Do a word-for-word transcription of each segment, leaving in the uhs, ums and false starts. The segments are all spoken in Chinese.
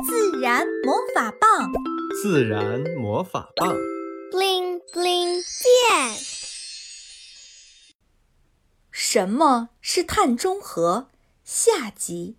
自然魔法棒， 自然魔法棒 ，bling bling 变。 什么是碳中和？下集。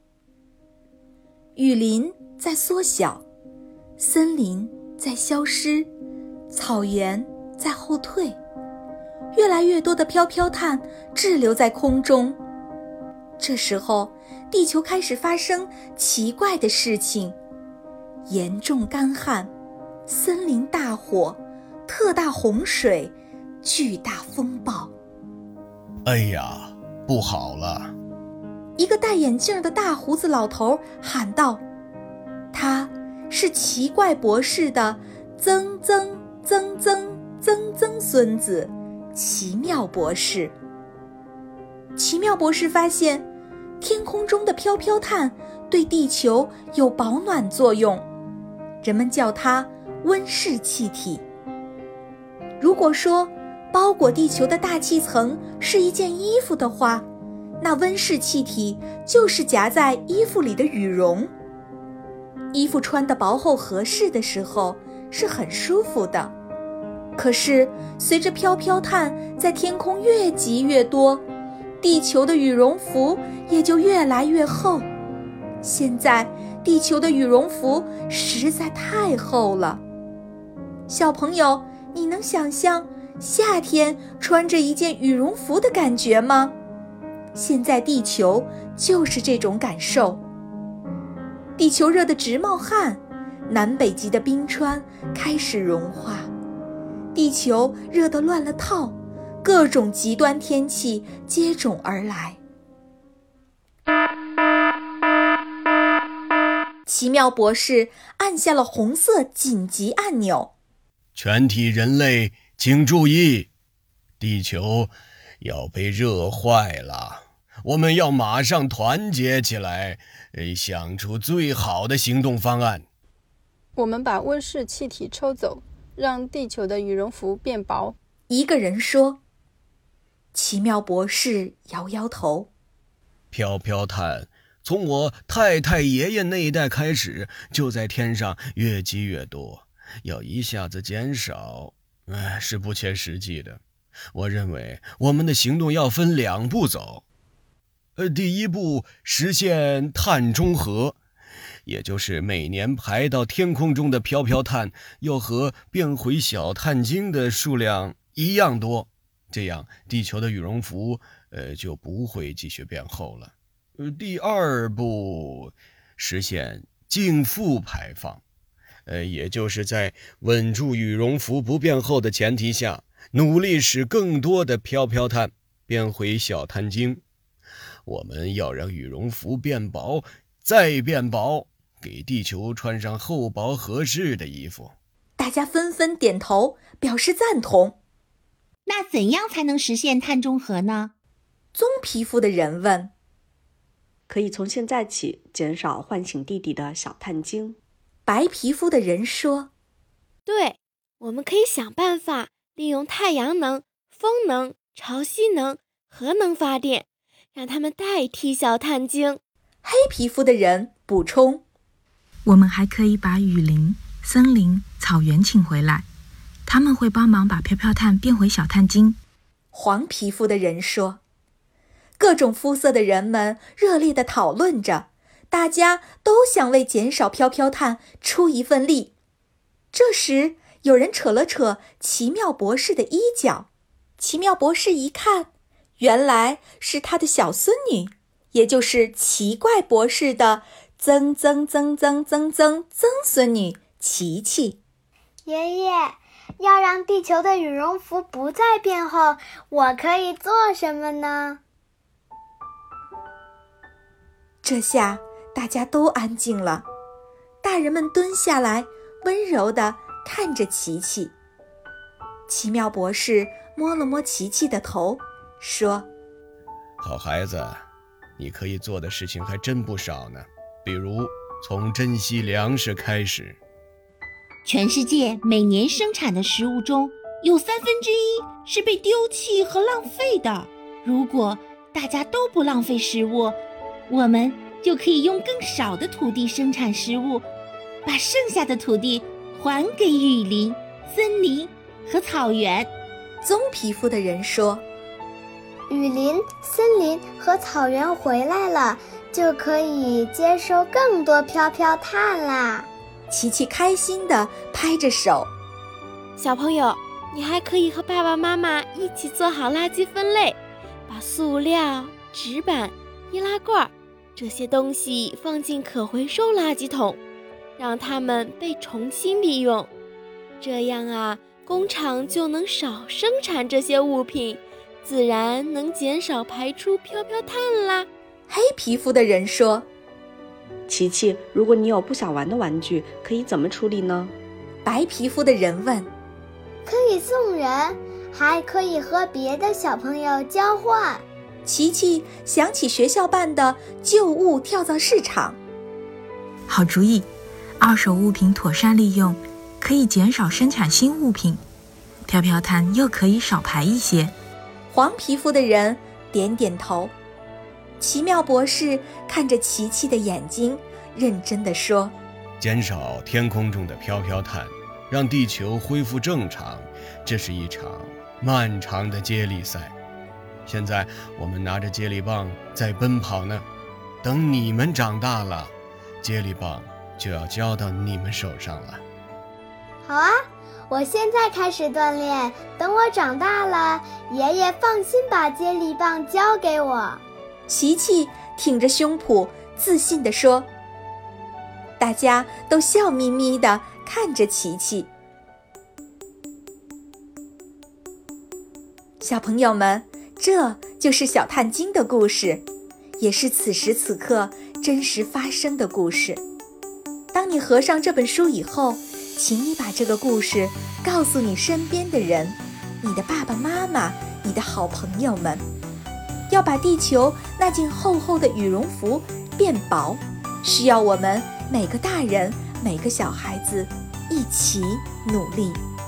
雨林在缩小，森林在消失，草原在后退，越来越多的飘飘碳滞留在空中。这时候，地球开始发生奇怪的事情：严重干旱、森林大火、特大洪水、巨大风暴。 哎呀，不好了！ 一个戴眼镜的大胡子老头喊道：“他是奇怪博士的曾曾曾曾曾曾孙子，奇妙博士。”奇妙博士发现，天空中的飘飘碳对地球有保暖作用，人们叫它温室气体。如果说包裹地球的大气层是一件衣服的话，那温室气体就是夹在衣服里的羽绒。衣服穿得薄厚合适的时候是很舒服的，可是随着飘飘碳在天空越积越多，地球的羽绒服也就越来越厚。现在地球的羽绒服实在太厚了。小朋友，你能想象夏天穿着一件羽绒服的感觉吗？现在地球就是这种感受。地球热得直冒汗，南北极的冰川开始融化，地球热得乱了套，各种极端天气接踵而来。奇妙博士按下了红色紧急按钮。 全体人类请注意，地球要被热坏了，我们要马上团结起来，想出最好的行动方案。 我们把温室气体抽走，让地球的羽绒服变薄。 一个人说。奇妙博士摇摇头。 飘飘碳从我太太爷爷那一代开始，就在天上越积越多，要一下子减少，哎，是不切实际的。我认为我们的行动要分两步走。呃，第一步，实现碳中和，也就是每年排到天空中的飘飘碳要和变回小碳晶的数量一样多，这样地球的羽绒服呃就不会继续变厚了。呃，第二步，实现净负排放，呃，也就是在稳住羽绒服不变厚的前提下，努力使更多的飘飘碳变回小碳晶。我们要让羽绒服变薄，再变薄，给地球穿上厚薄合适的衣服。 大家纷纷点头，表示赞同。 那怎样才能实现碳中和呢？ 棕皮肤的人问。 可以从现在起减少唤醒弟弟的小碳晶。 白皮肤的人说。 对，我们可以想办法利用太阳能、风能、潮汐能、核能发电，让它们代替小碳晶。 黑皮肤的人补充。 我们还可以把雨林、森林、草原请回来，他们会帮忙把飘飘碳变回小碳晶。 黄皮肤的人说。各种肤色的人们热烈地讨论着，大家都想为减少飘飘碳出一份力。这时，有人扯了扯奇妙博士的衣角。奇妙博士一看，原来是他的小孙女，也就是奇怪博士的曾曾曾曾曾曾曾孙女琪琪。 爷爷，要让地球的羽绒服不再变厚，我可以做什么呢？ 这下大家都安静了，大人们蹲下来，温柔地看着琪琪。奇妙博士摸了摸琪琪的头，说： 好孩子，你可以做的事情还真不少呢，比如从珍惜粮食开始。 全世界每年生产的食物中，有三分之一是被丢弃和浪费的。如果大家都不浪费食物，我们就可以用更少的土地生产食物，把剩下的土地还给雨林、森林和草原。 棕皮肤的人说： 雨林、森林和草原回来了，就可以接收更多飘飘炭啦。 琪琪开心地拍着手。 小朋友，你还可以和爸爸妈妈一起做好垃圾分类，把塑料、纸板、易拉罐这些东西放进可回收垃圾桶，让它们被重新利用。这样啊，工厂就能少生产这些物品，自然能减少排出飘飘炭啦。 黑皮肤的人说： 琪琪，如果你有不想玩的玩具，可以怎么处理呢？ 白皮肤的人问： 可以送人，还可以和别的小朋友交换。 琪琪想起学校办的旧物跳蚤市场。 好主意，二手物品妥善利用，可以减少生产新物品，飘飘炭又可以少排一些。 黄皮肤的人点点头。奇妙博士看着琪琪的眼睛，认真地说： 减少天空中的飘飘炭，让地球恢复正常，这是一场漫长的接力赛。现在我们拿着接力棒在奔跑呢，等你们长大了，接力棒就要交到你们手上了。 好啊，我现在开始锻炼，等我长大了，爷爷放心把接力棒交给我。 琪琪挺着胸脯自信地说。大家都笑眯眯地看着琪琪。小朋友们，这就是小炭精的故事，也是此时此刻真实发生的故事。当你合上这本书以后，请你把这个故事告诉你身边的人，你的爸爸妈妈，你的好朋友们。要把地球那件厚厚的羽绒服变薄，需要我们每个大人、每个小孩子一起努力。